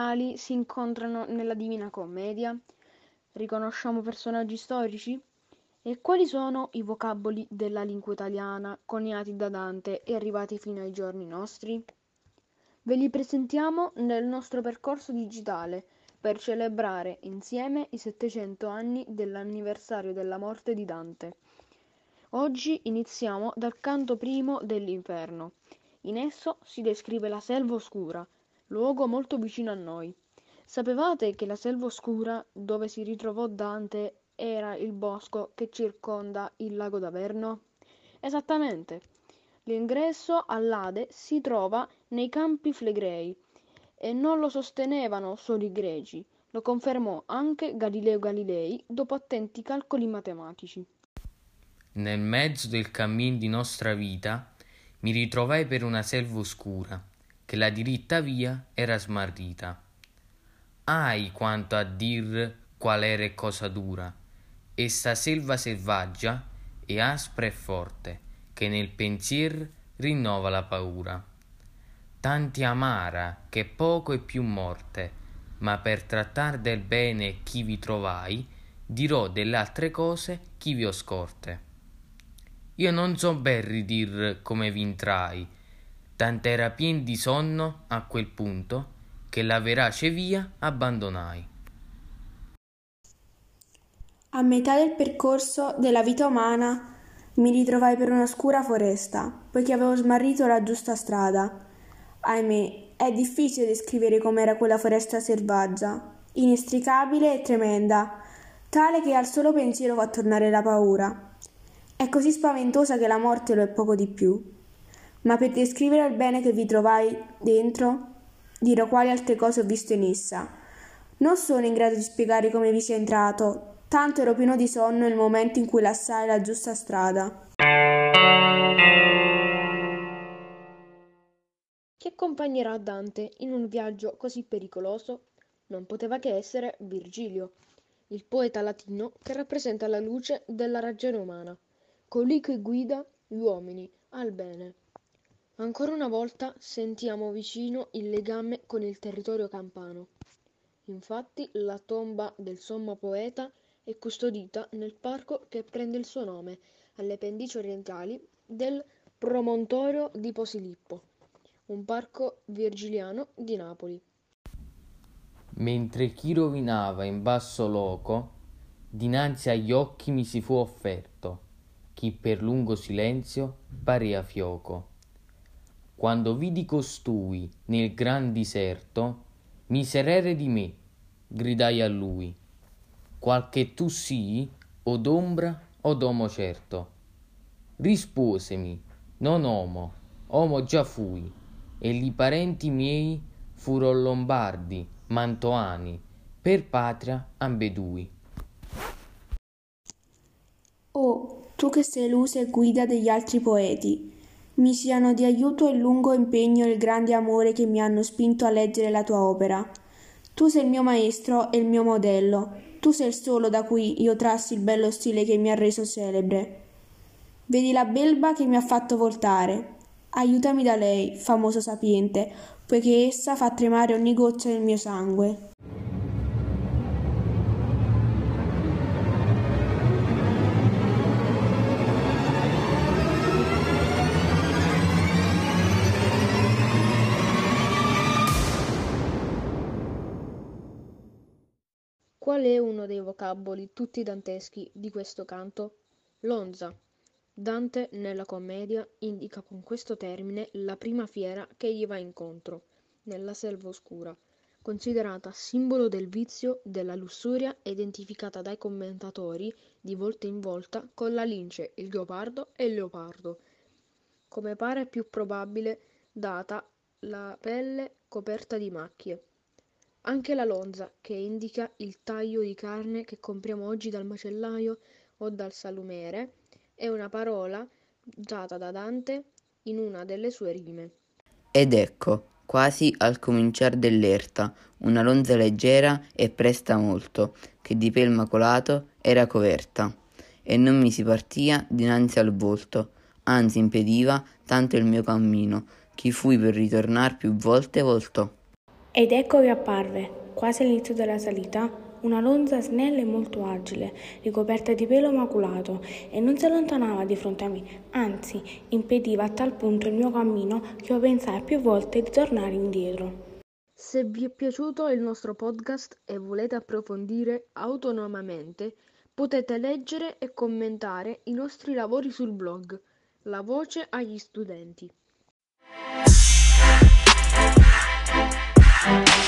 medievali si incontrano nella Divina Commedia? Riconosciamo personaggi storici? E quali sono i vocaboli della lingua italiana coniati da Dante e arrivati fino ai giorni nostri? Ve li presentiamo nel nostro percorso digitale per celebrare insieme i 700 anni dell'anniversario della morte di Dante. Oggi iniziamo dal canto primo dell'Inferno. In esso si descrive la Selva Oscura, luogo molto vicino a noi. Sapevate che la Selva Oscura, dove si ritrovò Dante, era il bosco che circonda il lago d'Averno? Esattamente. L'ingresso all'Ade si trova nei Campi Flegrei e non lo sostenevano solo i greci, lo confermò anche Galileo Galilei dopo attenti calcoli matematici. Nel mezzo del cammin di nostra vita mi ritrovai per una selva oscura, che la diritta via era smarrita. Ahi quanto a dir qual era e cosa dura, e sta selva selvaggia e aspra e forte, che nel pensier rinnova la paura. Tanti amara che poco e più morte, ma per trattar del bene chi vi trovai, dirò delle altre cose chi vi ho scorte. Io non so ben ridir come v'intrai, tant'era pien di sonno a quel punto, che la verace via abbandonai. A metà del percorso della vita umana mi ritrovai per un'oscura foresta, poiché avevo smarrito la giusta strada. Ahimè, è difficile descrivere com'era quella foresta selvaggia, inestricabile e tremenda, tale che al solo pensiero fa tornare la paura. È così spaventosa che la morte lo è poco di più. Ma per descrivere il bene che vi trovai dentro, dirò quali altre cose ho visto in essa. Non sono in grado di spiegare come vi sia entrato, tanto ero pieno di sonno nel momento in cui lassai la giusta strada. Chi accompagnerà Dante in un viaggio così pericoloso? Non poteva che essere Virgilio, il poeta latino che rappresenta la luce della ragione umana, colui che guida gli uomini al bene. Ancora una volta sentiamo vicino il legame con il territorio campano. Infatti la tomba del sommo poeta è custodita nel parco che prende il suo nome, alle pendici orientali del promontorio di Posilippo, un parco virgiliano di Napoli. Mentre chi rovinava in basso loco, dinanzi agli occhi mi si fu offerto, chi per lungo silenzio parea fioco. Quando vidi costui nel gran diserto, miserere di me, gridai a lui, qualche tu sii, o d'ombra o d'omo certo. Risposemi, non omo, omo già fui, e li parenti miei furono lombardi, mantoani, per patria ambedui. Oh, tu che sei l'usa e guida degli altri poeti, mi siano di aiuto il lungo impegno e il grande amore che mi hanno spinto a leggere la tua opera. Tu sei il mio maestro e il mio modello, tu sei il solo da cui io trassi il bello stile che mi ha reso celebre. Vedi la belva che mi ha fatto voltare. Aiutami da lei, famoso sapiente, poiché essa fa tremare ogni goccia del mio sangue. Qual è uno dei vocaboli tutti danteschi di questo canto? Lonza. Dante nella commedia indica con questo termine la prima fiera che gli va incontro, nella selva oscura, considerata simbolo del vizio, della lussuria e identificata dai commentatori di volta in volta con la lince, il ghepardo e il leopardo. Come pare più probabile data la pelle coperta di macchie. Anche la lonza, che indica il taglio di carne che compriamo oggi dal macellaio o dal salumiere, è una parola usata da Dante in una delle sue rime. Ed ecco, quasi al cominciar dell'erta, una lonza leggera e presta molto, che di pel macolato era coverta, e non mi si partia dinanzi al volto, anzi impediva tanto il mio cammino, chi fui per ritornar più volte voltò. Ed ecco che apparve, quasi all'inizio della salita, una lonza snella e molto agile, ricoperta di pelo maculato, e non si allontanava di fronte a me, anzi, impediva a tal punto il mio cammino che io pensai più volte di tornare indietro. Se vi è piaciuto il nostro podcast e volete approfondire autonomamente, potete leggere e commentare i nostri lavori sul blog La Voce agli Studenti.